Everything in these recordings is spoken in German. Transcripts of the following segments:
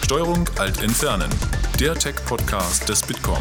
Steuerung Alt entfernen, der Tech-Podcast des Bitkom.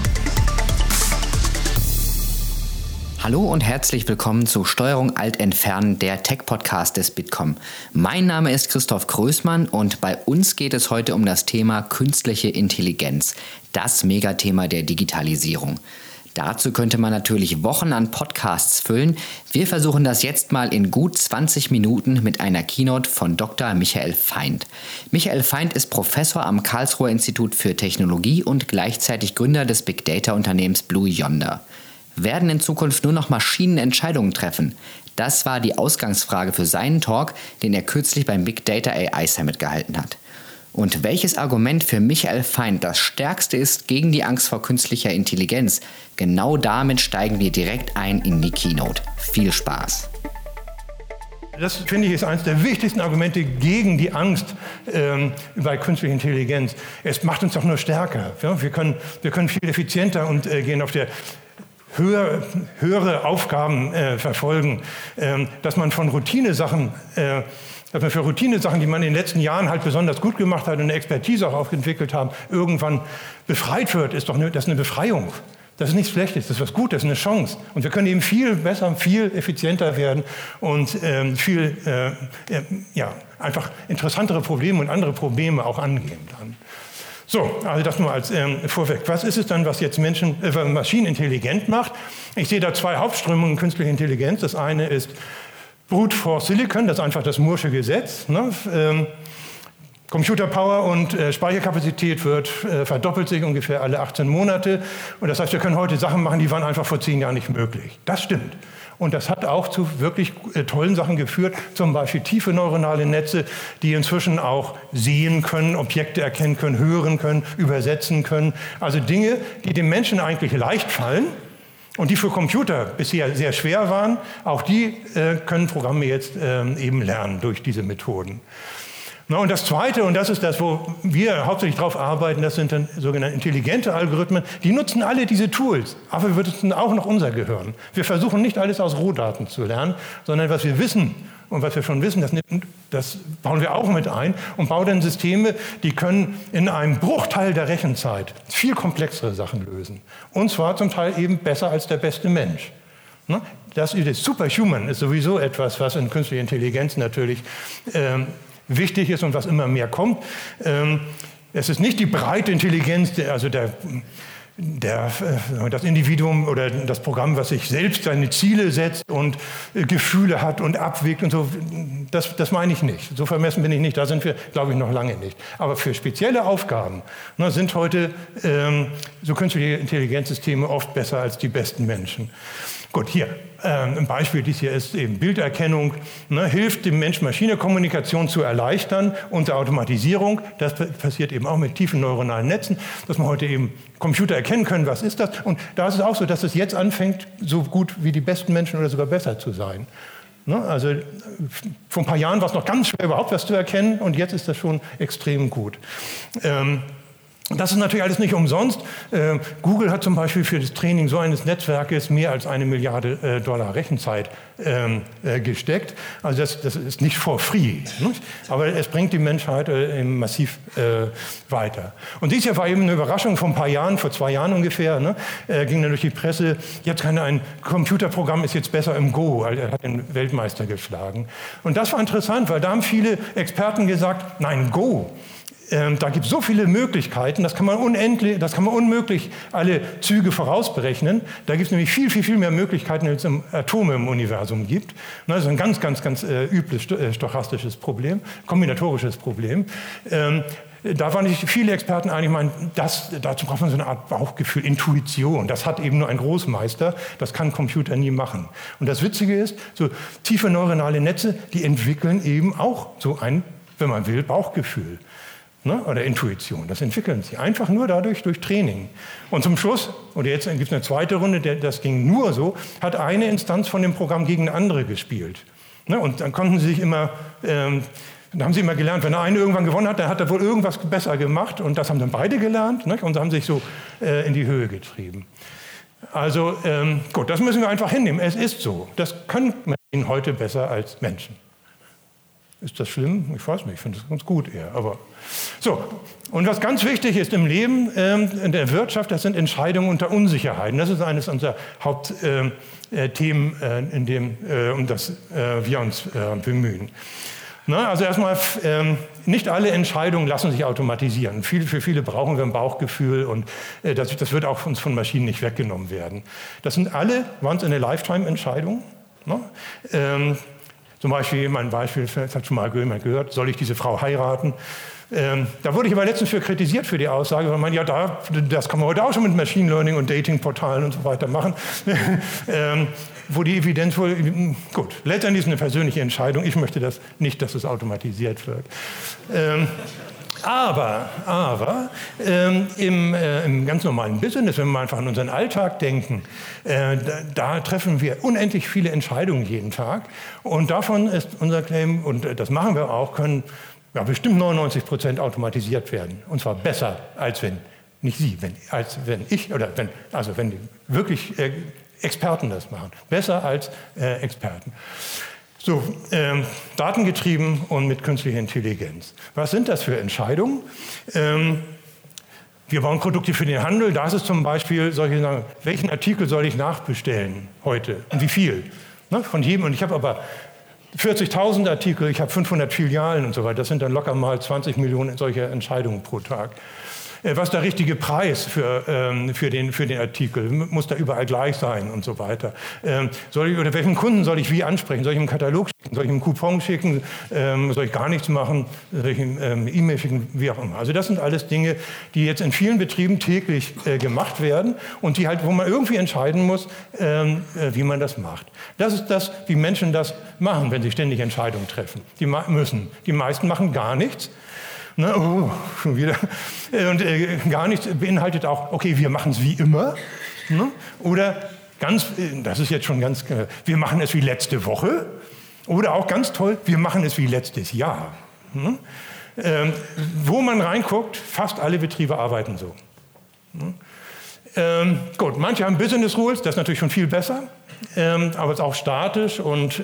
Hallo und herzlich willkommen zu Steuerung Alt entfernen, der Tech-Podcast des Bitkom. Mein Name ist Christoph Größmann und bei uns geht es heute um das Thema künstliche Intelligenz, das Megathema der Digitalisierung. Dazu könnte man natürlich Wochen an Podcasts füllen. Wir versuchen das jetzt mal in gut 20 Minuten mit einer Keynote von Dr. Michael Feind. Michael Feind ist Professor am Karlsruher Institut für Technologie und gleichzeitig Gründer des Big-Data-Unternehmens Blue Yonder. Werden in Zukunft nur noch Maschinen Entscheidungen treffen? Das war die Ausgangsfrage für seinen Talk, den er kürzlich beim Big Data AI Summit gehalten hat. Und welches Argument für Michael Feind das stärkste ist gegen die Angst vor künstlicher Intelligenz, genau damit steigen wir direkt ein in die Keynote. Viel Spaß! Das, finde ich, ist eines der wichtigsten Argumente gegen die Angst bei künstlicher Intelligenz. Es macht uns doch nur stärker. Ja? Wir können viel effizienter und gehen auf der höhere Aufgaben verfolgen, dass man für Routinesachen, die man in den letzten Jahren halt besonders gut gemacht hat und eine Expertise auch entwickelt haben, irgendwann befreit wird, das ist eine Befreiung. Das ist nichts Schlechtes, das ist was Gutes, das ist eine Chance. Und wir können eben viel besser, viel effizienter werden und einfach interessantere Probleme und andere Probleme auch angehen dann. So, also das nur als vorweg. Was ist es dann, was jetzt Maschinen intelligent macht? Ich sehe da zwei Hauptströmungen künstlicher Intelligenz. Das eine ist Brute Force Silicon, das ist einfach das Moore'sche Gesetz. Ne? Computerpower und Speicherkapazität verdoppelt sich ungefähr alle 18 Monate. Und das heißt, wir können heute Sachen machen, die waren einfach vor 10 Jahren nicht möglich. Das stimmt. Und das hat auch zu wirklich tollen Sachen geführt, zum Beispiel tiefe neuronale Netze, die inzwischen auch sehen können, Objekte erkennen können, hören können, übersetzen können. Also Dinge, die dem Menschen eigentlich leicht fallen und die für Computer bisher sehr schwer waren, auch die können Programme jetzt eben lernen durch diese Methoden. Na, und das Zweite, und das ist das, wo wir hauptsächlich drauf arbeiten, das sind dann sogenannte intelligente Algorithmen. Die nutzen alle diese Tools, aber wir nutzen auch noch unser Gehirn. Wir versuchen nicht alles aus Rohdaten zu lernen, sondern was wir wissen und was wir schon wissen, das bauen wir auch mit ein und bauen dann Systeme, die können in einem Bruchteil der Rechenzeit viel komplexere Sachen lösen. Und zwar zum Teil eben besser als der beste Mensch. Das Superhuman ist sowieso etwas, was in künstlicher Intelligenz natürlich wichtig ist und was immer mehr kommt. Es ist nicht die breite Intelligenz, also das Individuum oder das Programm, was sich selbst seine Ziele setzt und Gefühle hat und abwägt und so. Das meine ich nicht. So vermessen bin ich nicht. Da sind wir, glaube ich, noch lange nicht. Aber für spezielle Aufgaben sind heute so künstliche Intelligenzsysteme oft besser als die besten Menschen. Gut, hier ein Beispiel, dies hier ist eben Bilderkennung, hilft dem Mensch-Maschine-Kommunikation zu erleichtern unter Automatisierung. Das passiert eben auch mit tiefen neuronalen Netzen, dass man heute eben Computer erkennen können, was ist das. Und da ist es auch so, dass es jetzt anfängt, so gut wie die besten Menschen oder sogar besser zu sein. Also vor ein paar Jahren war es noch ganz schwer, überhaupt was zu erkennen und jetzt ist das schon extrem gut. Das ist natürlich alles nicht umsonst. Google hat zum Beispiel für das Training so eines Netzwerkes mehr als $1 Milliarde Rechenzeit gesteckt. Also das ist nicht for free, nicht? Aber es bringt die Menschheit massiv weiter. Und dies Jahr war eben eine Überraschung vor ein paar Jahren, vor 2 Jahren ungefähr, ging dann durch die Presse, jetzt ein Computerprogramm ist jetzt besser im Go, er hat den Weltmeister geschlagen. Und das war interessant, weil da haben viele Experten gesagt, nein, Go. Da gibt es so viele Möglichkeiten, das kann man unmöglich alle Züge vorausberechnen. Da gibt es nämlich viel mehr Möglichkeiten, als es Atome im Universum gibt. Das ist ein ganz übles stochastisches Problem, kombinatorisches Problem. Da waren sich viele Experten einig, dazu braucht man so eine Art Bauchgefühl, Intuition. Das hat eben nur ein Großmeister, das kann ein Computer nie machen. Und das Witzige ist, so tiefe neuronale Netze, die entwickeln eben auch so ein, wenn man will, Bauchgefühl. Oder Intuition, das entwickeln sie einfach nur dadurch, durch Training. Und zum Schluss, oder jetzt gibt es eine zweite Runde, das ging nur so, hat eine Instanz von dem Programm gegen eine andere gespielt. Und dann konnten sie sich immer, dann haben sie immer gelernt, wenn der eine irgendwann gewonnen hat, dann hat er wohl irgendwas besser gemacht und das haben dann beide gelernt und haben sich so in die Höhe getrieben. Also gut, das müssen wir einfach hinnehmen, es ist so. Das können Maschinen heute besser als Menschen. Ist das schlimm? Ich weiß nicht, ich finde das ganz gut eher. Aber so. Und was ganz wichtig ist im Leben, in der Wirtschaft, das sind Entscheidungen unter Unsicherheiten. Das ist eines unserer Hauptthemen, um das wir uns bemühen. Na, also erstmal, nicht alle Entscheidungen lassen sich automatisieren. Für viele brauchen wir ein Bauchgefühl und das wird auch uns von Maschinen nicht weggenommen werden. Das sind alle Once-in-a-Lifetime-Entscheidungen. Ne? Zum Beispiel, mein Beispiel, das hat schon mal jemand gehört, soll ich diese Frau heiraten? Da wurde ich aber letztens für kritisiert für die Aussage, weil man das kann man heute auch schon mit Machine Learning und Datingportalen und so weiter machen, wo die Evidenz wohl, gut, letztendlich ist eine persönliche Entscheidung, ich möchte das nicht, dass es automatisiert wird. Aber im ganz normalen Business, wenn wir einfach an unseren Alltag denken, da treffen wir unendlich viele Entscheidungen jeden Tag. Und davon ist unser Claim, und das machen wir auch, können bestimmt 99% automatisiert werden. Und zwar besser, als wenn, nicht Sie, wenn ich, oder wenn die wirklich Experten das machen. Besser als Experten. So, datengetrieben und mit künstlicher Intelligenz. Was sind das für Entscheidungen? Wir bauen Produkte für den Handel. Da ist es zum Beispiel, solche sagen, welchen Artikel soll ich nachbestellen heute und wie viel? Ne, von jedem. Und ich habe aber 40.000 Artikel, ich habe 500 Filialen und so weiter. Das sind dann locker mal 20 Millionen solcher Entscheidungen pro Tag. Was ist der richtige Preis für den Artikel? Muss der überall gleich sein und so weiter? Oder welchen Kunden soll ich wie ansprechen? Soll ich einen Katalog schicken? Soll ich einen Coupon schicken? Soll ich gar nichts machen? Soll ich eine E-Mail schicken? Wie auch immer. Also das sind alles Dinge, die jetzt in vielen Betrieben täglich gemacht werden und die halt, wo man irgendwie entscheiden muss, wie man das macht. Das ist das, wie Menschen das machen, wenn sie ständig Entscheidungen treffen. Die meisten machen gar nichts. Ne, schon wieder. Und gar nichts beinhaltet auch, okay, wir machen es wie immer. Ne? Oder das ist jetzt schon ganz, wir machen es wie letzte Woche. Oder auch ganz toll, wir machen es wie letztes Jahr. Ne? Wo man reinguckt, fast alle Betriebe arbeiten so. Ne? Gut, manche haben Business Rules, das ist natürlich schon viel besser. Aber es ist auch statisch und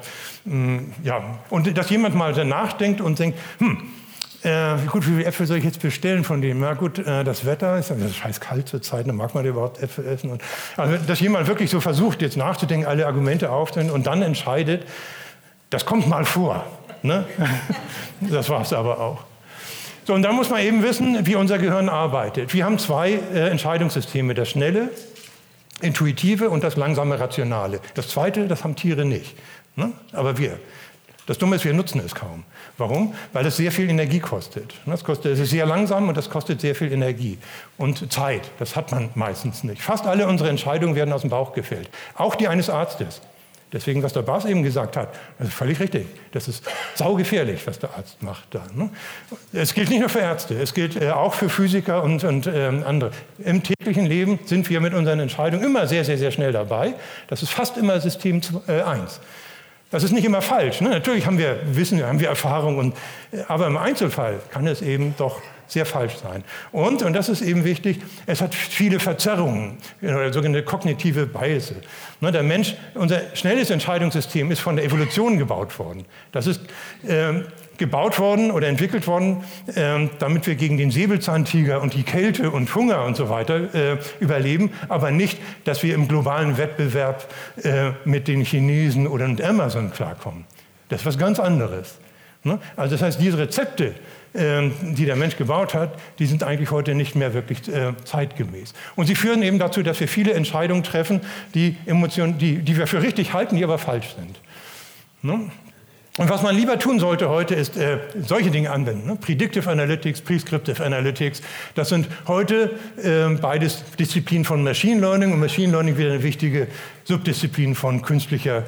dass jemand mal danach denkt und denkt, gut, wie viele Äpfel soll ich jetzt bestellen von dem? Na gut, das Wetter ist scheiß kalt zur Zeit, dann mag man überhaupt Äpfel essen. Und, also, dass jemand wirklich so versucht, jetzt nachzudenken, alle Argumente aufzunehmen und dann entscheidet, das kommt mal vor. Ne? Das war es aber auch. So, und dann muss man eben wissen, wie unser Gehirn arbeitet. Wir haben zwei Entscheidungssysteme, das schnelle, intuitive und das langsame, rationale. Das zweite, das haben Tiere nicht. Ne? Aber wir. Das Dumme ist, wir nutzen es kaum. Warum? Weil es sehr viel Energie kostet. Es ist sehr langsam und das kostet sehr viel Energie und Zeit. Das hat man meistens nicht. Fast alle unsere Entscheidungen werden aus dem Bauch gefällt. Auch die eines Arztes. Deswegen, was der Bas eben gesagt hat, das ist völlig richtig. Das ist saugefährlich, was der Arzt macht da. Ne? Es gilt nicht nur für Ärzte, es gilt auch für Physiker und andere. Im täglichen Leben sind wir mit unseren Entscheidungen immer sehr, sehr, sehr schnell dabei. Das ist fast immer System 1. Das ist nicht immer falsch. Ne? Natürlich haben wir Wissen, haben wir Erfahrung, aber im Einzelfall kann es eben doch sehr falsch sein. Und das ist eben wichtig, es hat viele Verzerrungen, sogenannte kognitive Biases. Ne, der Mensch, unser schnelles Entscheidungssystem ist von der Evolution gebaut worden. Das ist gebaut worden oder entwickelt worden, damit wir gegen den Säbelzahntiger und die Kälte und Hunger und so weiter überleben, aber nicht, dass wir im globalen Wettbewerb mit den Chinesen oder mit Amazon klarkommen. Das ist was ganz anderes. Ne? Also das heißt, diese Rezepte, die der Mensch gebaut hat, die sind eigentlich heute nicht mehr wirklich zeitgemäß. Und sie führen eben dazu, dass wir viele Entscheidungen treffen, die wir für richtig halten, die aber falsch sind. Ne? Und was man lieber tun sollte heute, ist solche Dinge anwenden. Ne? Predictive Analytics, Prescriptive Analytics, das sind heute beides Disziplinen von Machine Learning und Machine Learning wieder eine wichtige Subdisziplin von künstlicher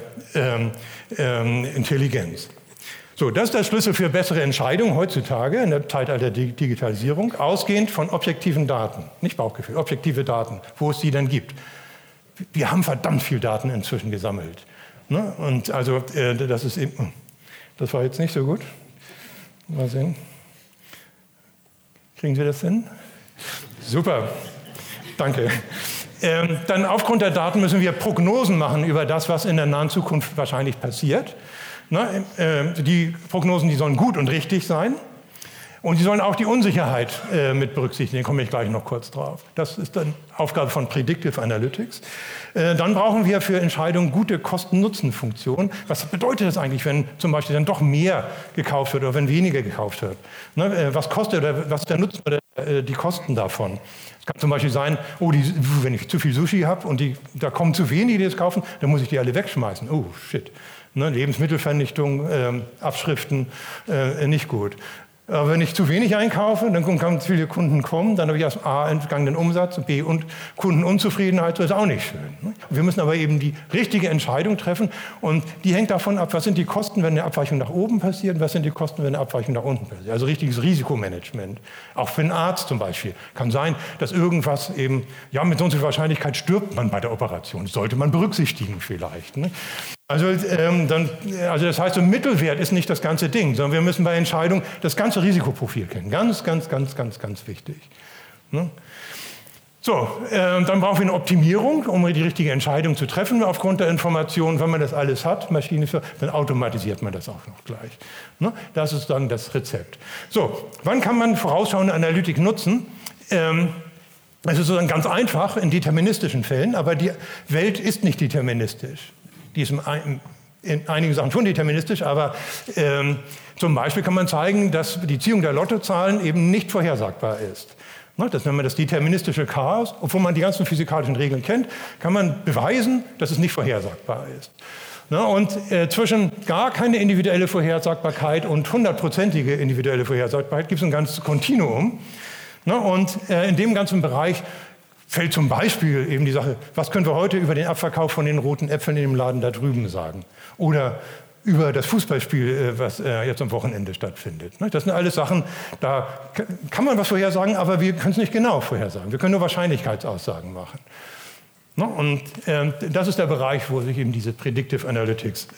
Intelligenz. So, das ist der Schlüssel für bessere Entscheidungen heutzutage in der Zeitalter der Digitalisierung, ausgehend von objektiven Daten, nicht Bauchgefühl, objektive Daten, wo es sie denn gibt. Wir haben verdammt viel Daten inzwischen gesammelt. Ne? Und also das ist eben, das war jetzt nicht so gut. Mal sehen. Kriegen Sie das hin? Super, danke. Dann aufgrund der Daten müssen wir Prognosen machen über das, was in der nahen Zukunft wahrscheinlich passiert. Die Prognosen, die sollen gut und richtig sein. Und sie sollen auch die Unsicherheit mit berücksichtigen. Da komme ich gleich noch kurz drauf. Das ist dann Aufgabe von Predictive Analytics. Dann brauchen wir für Entscheidungen gute Kosten-Nutzen-Funktionen. Was bedeutet das eigentlich, wenn zum Beispiel dann doch mehr gekauft wird oder wenn weniger gekauft wird? Was kostet oder was ist der Nutzen oder die Kosten davon? Es kann zum Beispiel sein, wenn ich zu viel Sushi habe und da kommen zu wenige, die das kaufen, dann muss ich die alle wegschmeißen. Oh, shit. Lebensmittelvernichtung, Abschriften, nicht gut. Aber wenn ich zu wenig einkaufe, dann können ganz viele Kunden kommen, dann habe ich erst A, entgangenen Umsatz, B, und Kundenunzufriedenheit, das ist auch nicht schön. Wir müssen aber eben die richtige Entscheidung treffen und die hängt davon ab, was sind die Kosten, wenn eine Abweichung nach oben passiert, was sind die Kosten, wenn eine Abweichung nach unten passiert. Also richtiges Risikomanagement. Auch für einen Arzt zum Beispiel. Kann sein, dass irgendwas eben, mit so und so viel Wahrscheinlichkeit stirbt man bei der Operation. Das sollte man berücksichtigen vielleicht. Also das heißt, ein Mittelwert ist nicht das ganze Ding, sondern wir müssen bei Entscheidungen das ganze Risikoprofil kennen. Ganz, ganz, ganz, ganz, ganz wichtig. So, dann brauchen wir eine Optimierung, um die richtige Entscheidung zu treffen aufgrund der Informationen. Wenn man das alles hat, Maschine, dann automatisiert man das auch noch gleich. Das ist dann das Rezept. So, wann kann man vorausschauende Analytik nutzen? Es ist sozusagen ganz einfach in deterministischen Fällen, aber die Welt ist nicht deterministisch. Die ist in einigen Sachen schon deterministisch, aber zum Beispiel kann man zeigen, dass die Ziehung der Lottozahlen eben nicht vorhersagbar ist. Das nennt man das deterministische Chaos. Obwohl man die ganzen physikalischen Regeln kennt, kann man beweisen, dass es nicht vorhersagbar ist. Und zwischen gar keine individuelle Vorhersagbarkeit und 100%ige individuelle Vorhersagbarkeit gibt es ein ganzes Kontinuum. Und in dem ganzen Bereich fällt zum Beispiel eben die Sache, was können wir heute über den Abverkauf von den roten Äpfeln in dem Laden da drüben sagen? Oder über das Fußballspiel, was jetzt am Wochenende stattfindet. Das sind alles Sachen, da kann man was vorhersagen, aber wir können es nicht genau vorhersagen. Wir können nur Wahrscheinlichkeitsaussagen machen. Und das ist der Bereich, wo sich eben diese Predictive Analytics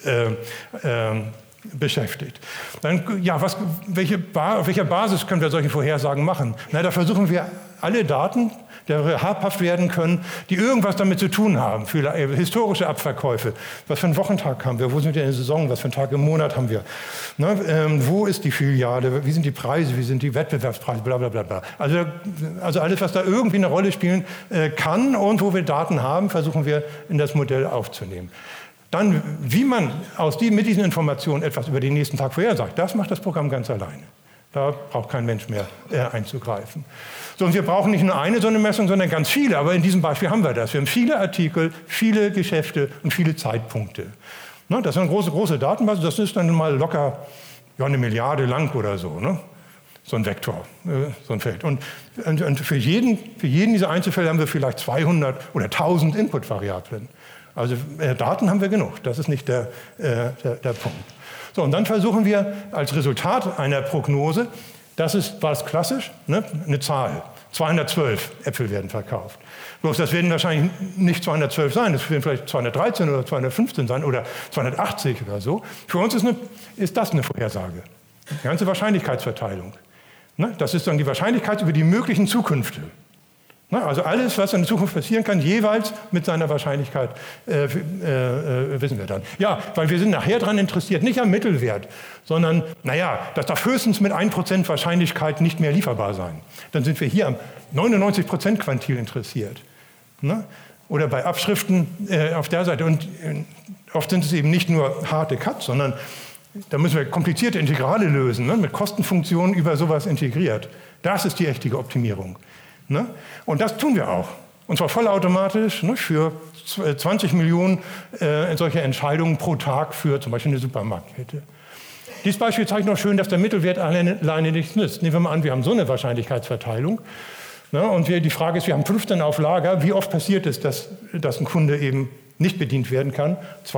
beschäftigt. Dann, auf welcher Basis können wir solche Vorhersagen machen? Da versuchen wir alle Daten, die habhaft werden können, die irgendwas damit zu tun haben, für historische Abverkäufe. Was für einen Wochentag haben wir? Wo sind wir in der Saison? Was für einen Tag im Monat haben wir? Wo ist die Filiale? Wie sind die Preise? Wie sind die Wettbewerbspreise? Blablabla. Also alles, was da irgendwie eine Rolle spielen kann und wo wir Daten haben, versuchen wir in das Modell aufzunehmen. Dann, wie man mit diesen Informationen etwas über den nächsten Tag vorhersagt, das macht das Programm ganz alleine. Da braucht kein Mensch mehr einzugreifen. So, und wir brauchen nicht nur eine so eine Messung, sondern ganz viele. Aber in diesem Beispiel haben wir das. Wir haben viele Artikel, viele Geschäfte und viele Zeitpunkte. Das ist eine große Datenbasis. Das ist dann mal locker 1 Milliarde lang oder so. So ein Vektor, so ein Feld. Und für jeden dieser Einzelfälle haben wir vielleicht 200 oder 1000 Inputvariablen. Also Daten haben wir genug. Das ist nicht der Punkt. So, und dann versuchen wir als Resultat einer Prognose, war es klassisch, eine Zahl. 212 Äpfel werden verkauft. Bloß das werden wahrscheinlich nicht 212 sein, das werden vielleicht 213 oder 215 sein oder 280 oder so. Für uns ist das eine Vorhersage. Die ganze Wahrscheinlichkeitsverteilung. Das ist dann die Wahrscheinlichkeit über die möglichen Zukünfte. Also alles, was in der Zukunft passieren kann, jeweils mit seiner Wahrscheinlichkeit, wissen wir dann. Ja, weil wir sind nachher daran interessiert, nicht am Mittelwert, sondern, das darf höchstens mit 1% Wahrscheinlichkeit nicht mehr lieferbar sein. Dann sind wir hier am 99% Quantil interessiert. Oder bei Abschriften auf der Seite. Und oft sind es eben nicht nur harte Cuts, sondern da müssen wir komplizierte Integrale lösen, mit Kostenfunktionen über sowas integriert. Das ist die echte Optimierung. Und das tun wir auch. Und zwar vollautomatisch für 20 Millionen solcher Entscheidungen pro Tag für zum Beispiel eine Supermarktkette. Dieses Beispiel zeigt noch schön, dass der Mittelwert alleine nichts nützt. Nehmen wir mal an, wir haben so eine Wahrscheinlichkeitsverteilung. Und die Frage ist, wir haben 15 auf Lager. Wie oft passiert es, dass ein Kunde eben nicht bedient werden kann?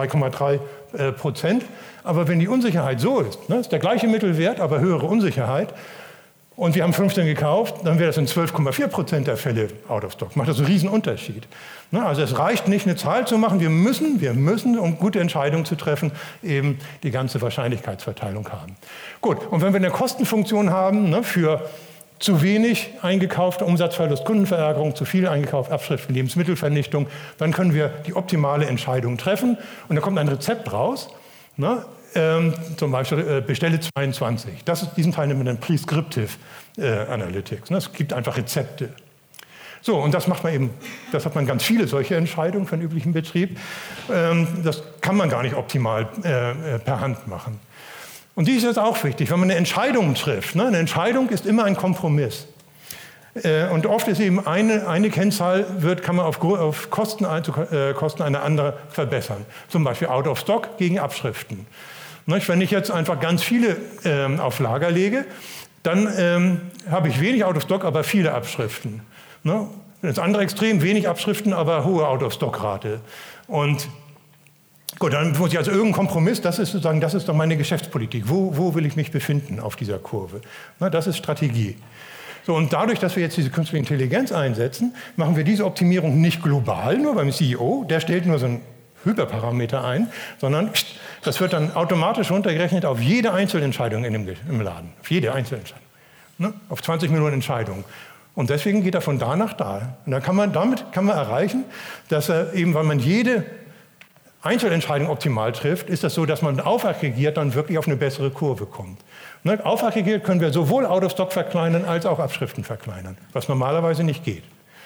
2,3%. Aber wenn die Unsicherheit so ist, ist der gleiche Mittelwert, aber höhere Unsicherheit, und wir haben 15 gekauft, dann wäre das in 12,4% der Fälle out of stock. Macht das einen riesen Unterschied. Also es reicht nicht, eine Zahl zu machen. Wir müssen, um gute Entscheidungen zu treffen, eben die ganze Wahrscheinlichkeitsverteilung haben. Gut, und wenn wir eine Kostenfunktion haben, für zu wenig eingekaufte Umsatzverlust, Kundenverärgerung, zu viel eingekauft, Abschriften, Lebensmittelvernichtung, dann können wir die optimale Entscheidung treffen. Und da kommt ein Rezept raus. zum Beispiel bestelle 22. Diesen Teil nennt man dann Prescriptive Analytics. Es gibt einfach Rezepte. So, und das macht man eben, das hat man ganz viele solche Entscheidungen für einen üblichen Betrieb. Das kann man gar nicht optimal per Hand machen. Und dies ist jetzt auch wichtig, wenn man eine Entscheidung trifft. Eine Entscheidung ist immer ein Kompromiss. Und oft ist eben eine Kennzahl, kann man auf Kosten einer anderen verbessern. Zum Beispiel Out of Stock gegen Abschriften. Wenn ich jetzt einfach ganz viele auf Lager lege, dann habe ich wenig Out of Stock, aber viele Abschriften. Das andere Extrem, wenig Abschriften, aber hohe Out-of-Stock-Rate. Und gut, dann muss ich also irgendeinen Kompromiss, das ist doch meine Geschäftspolitik. Wo will ich mich befinden auf dieser Kurve? Das ist Strategie. So, und dadurch, dass wir jetzt diese künstliche Intelligenz einsetzen, machen wir diese Optimierung nicht global, nur beim CEO, der stellt nur so einen Hyperparameter ein, sondern das wird dann automatisch runtergerechnet auf jede Einzelentscheidung im Laden. Auf jede Einzelentscheidung. Auf 20 Millionen Entscheidungen. Und deswegen geht er von da nach da. Und damit kann man erreichen, dass eben, weil man jede Einzelentscheidung optimal trifft, ist das so, dass man aufaggregiert dann wirklich auf eine bessere Kurve kommt. Aufaggregiert können wir sowohl Out-of-Stock verkleinern als auch Abschriften verkleinern, was normalerweise nicht geht.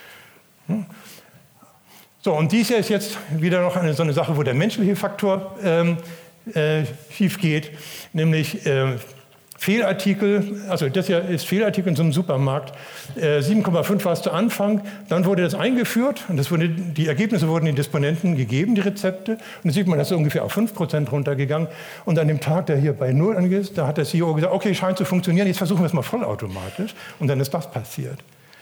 So, und dies ist jetzt wieder noch so eine Sache, wo der menschliche Faktor schief geht, nämlich Fehlartikel, also das hier ist Fehlartikel in so einem Supermarkt, 7,5 war es zu Anfang, dann wurde das eingeführt und die Ergebnisse wurden den Disponenten gegeben, die Rezepte, und dann sieht man, das ist ungefähr auf 5% runtergegangen und an dem Tag, der hier bei 0 angeht, da hat der CEO gesagt, okay, scheint zu funktionieren, jetzt versuchen wir es mal vollautomatisch, und dann ist das passiert.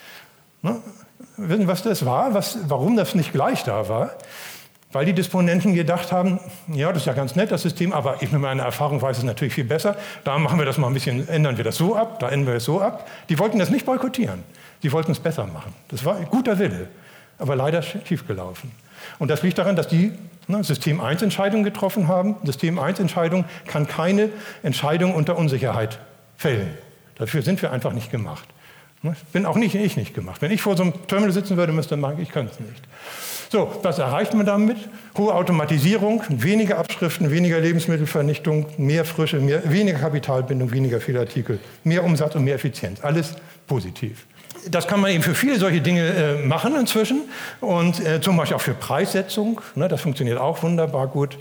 Wissen Sie, was das war, warum das nicht gleich da war? Weil die Disponenten gedacht haben, ja, das ist ja ganz nett, das System, aber ich mit meiner Erfahrung weiß es natürlich viel besser. Da machen wir das mal ein bisschen, ändern wir das so ab, da ändern wir es so ab. Die wollten das nicht boykottieren, die wollten es besser machen. Das war guter Wille, aber leider schiefgelaufen. Und das liegt daran, dass die System-1-Entscheidungen getroffen haben. System-1-Entscheidung kann keine Entscheidung unter Unsicherheit fällen. Dafür sind wir einfach nicht gemacht. Bin auch nicht ich nicht gemacht. Wenn ich vor so einem Terminal sitzen würde, müsste man sagen, ich könnte es nicht. So, was erreicht man damit? Hohe Automatisierung, weniger Abschriften, weniger Lebensmittelvernichtung, mehr Frische, weniger Kapitalbindung, weniger Fehlartikel, mehr Umsatz und mehr Effizienz. Alles positiv. Das kann man eben für viele solche Dinge machen inzwischen und zum Beispiel auch für Preissetzung. Das funktioniert auch wunderbar gut.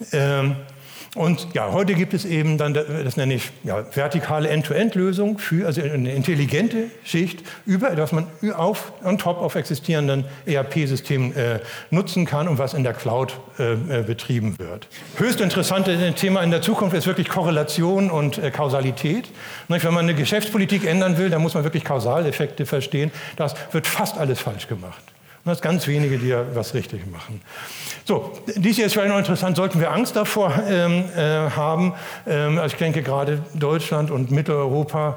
Und ja, heute gibt es eben dann, das nenne ich vertikale End-to-End-Lösung, also eine intelligente Schicht, dass man on top auf existierenden ERP-Systemen nutzen kann und was in der Cloud betrieben wird. Höchst interessante Thema in der Zukunft ist wirklich Korrelation und Kausalität. Wenn man eine Geschäftspolitik ändern will, dann muss man wirklich Kausaleffekte verstehen. Das wird fast alles falsch gemacht. Das sind ganz wenige, die ja was richtig machen. So, dies hier ist vielleicht noch interessant, sollten wir Angst davor haben? Also ich denke gerade Deutschland und Mitteleuropa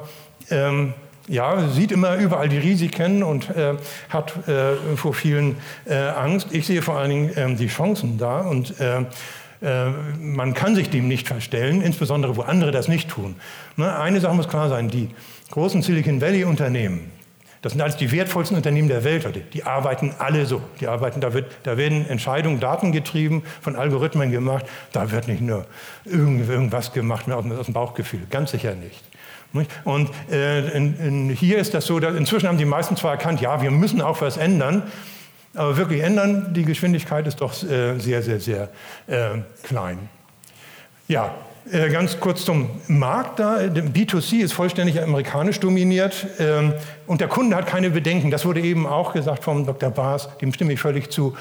sieht immer überall die Risiken und hat vor vielen Angst. Ich sehe vor allen Dingen die Chancen da und man kann sich dem nicht verstellen, insbesondere wo andere das nicht tun. Eine Sache muss klar sein, die großen Silicon Valley Unternehmen, das sind alles die wertvollsten Unternehmen der Welt heute. Die arbeiten alle so. Da werden Entscheidungen datengetrieben, von Algorithmen gemacht. Da wird nicht nur irgendwas gemacht aus dem Bauchgefühl. Ganz sicher nicht. Und hier ist das so, inzwischen haben die meisten zwar erkannt, ja, wir müssen auch was ändern, aber wirklich ändern, die Geschwindigkeit ist doch sehr, sehr, sehr klein. Ja. Ganz kurz zum Markt da. B2C ist vollständig amerikanisch dominiert und der Kunde hat keine Bedenken. Das wurde eben auch gesagt vom Dr. Baas, dem stimme ich völlig zu.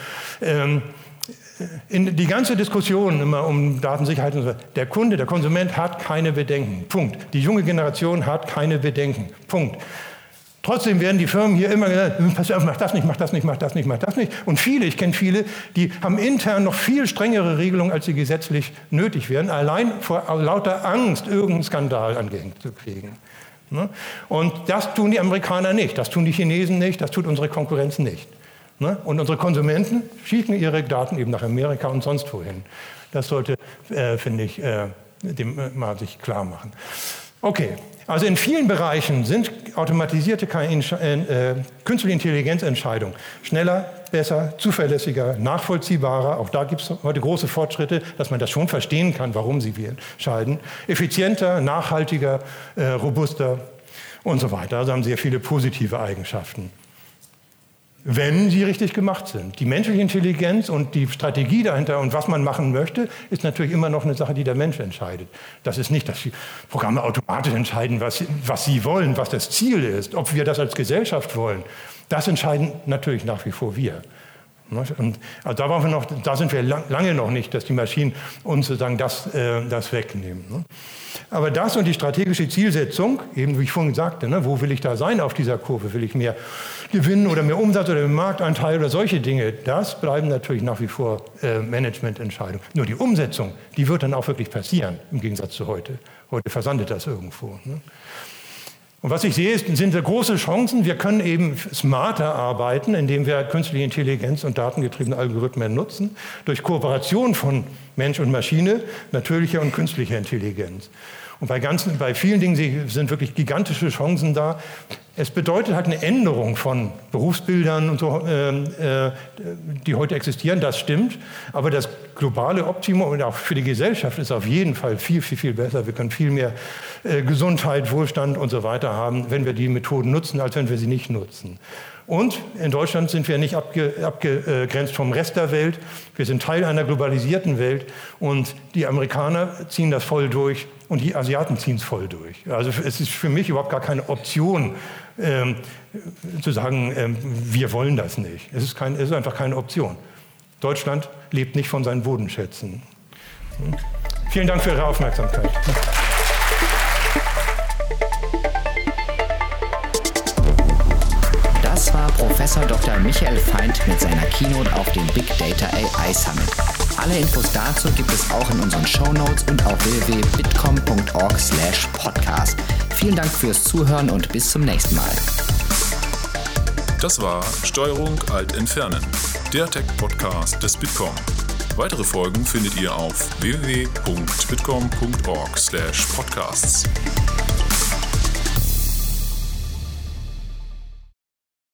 In die ganze Diskussion immer um Datensicherheit und so, der Kunde, der Konsument hat keine Bedenken. Punkt. Die junge Generation hat keine Bedenken. Punkt. Trotzdem werden die Firmen hier immer gesagt, pass auf, mach das nicht, mach das nicht, mach das nicht, mach das nicht. Und ich kenne viele, die haben intern noch viel strengere Regelungen, als sie gesetzlich nötig wären, allein vor lauter Angst, irgendeinen Skandal angehängt zu kriegen. Und das tun die Amerikaner nicht, das tun die Chinesen nicht, das tut unsere Konkurrenz nicht. Und unsere Konsumenten schicken ihre Daten eben nach Amerika und sonst wohin. Das sollte, finde ich, dem mal sich klar machen. Okay, Also in vielen Bereichen sind automatisierte künstliche Intelligenzentscheidungen schneller, besser, zuverlässiger, nachvollziehbarer. Auch da gibt es heute große Fortschritte, dass man das schon verstehen kann, warum sie entscheiden. Effizienter, nachhaltiger, robuster und so weiter. Also haben sehr viele positive Eigenschaften, wenn sie richtig gemacht sind. Die menschliche Intelligenz und die Strategie dahinter und was man machen möchte, ist natürlich immer noch eine Sache, die der Mensch entscheidet. Das ist nicht, dass die Programme automatisch entscheiden, was sie wollen, was das Ziel ist, ob wir das als Gesellschaft wollen. Das entscheiden natürlich nach wie vor wir. Und also da sind wir lange noch nicht, dass die Maschinen uns sozusagen das wegnehmen. Aber das und die strategische Zielsetzung, eben wie ich vorhin sagte, wo will ich da sein auf dieser Kurve? Will ich mehr Gewinn oder mehr Umsatz oder mehr Marktanteil oder solche Dinge? Das bleiben natürlich nach wie vor Managemententscheidungen. Nur die Umsetzung, die wird dann auch wirklich passieren, im Gegensatz zu heute. Heute versandet das irgendwo. Und was ich sehe, sind große Chancen. Wir können eben smarter arbeiten, indem wir künstliche Intelligenz und datengetriebene Algorithmen nutzen, durch Kooperation von Mensch und Maschine, natürlicher und künstlicher Intelligenz. Und bei vielen Dingen sind wirklich gigantische Chancen da. Es bedeutet halt eine Änderung von Berufsbildern und so, die heute existieren, das stimmt. Aber das globale Optimum und auch für die Gesellschaft ist auf jeden Fall viel, viel, viel besser. Wir können viel mehr Gesundheit, Wohlstand und so weiter haben, wenn wir die Methoden nutzen, als wenn wir sie nicht nutzen. Und in Deutschland sind wir nicht abgegrenzt vom Rest der Welt. Wir sind Teil einer globalisierten Welt und die Amerikaner ziehen das voll durch und die Asiaten ziehen es voll durch. Also es ist für mich überhaupt gar keine Option, zu sagen, wir wollen das nicht. Es ist einfach keine Option. Deutschland lebt nicht von seinen Bodenschätzen. Vielen Dank für Ihre Aufmerksamkeit. Das war Professor Dr. Michael Feind mit seiner Keynote auf dem Big Data AI Summit. Alle Infos dazu gibt es auch in unseren Shownotes und auf www.bitkom.org/podcast. Vielen Dank fürs Zuhören und bis zum nächsten Mal. Das war Steuerung Alt Entfernen, der Tech-Podcast des Bitkom. Weitere Folgen findet ihr auf www.bitkom.org/podcasts.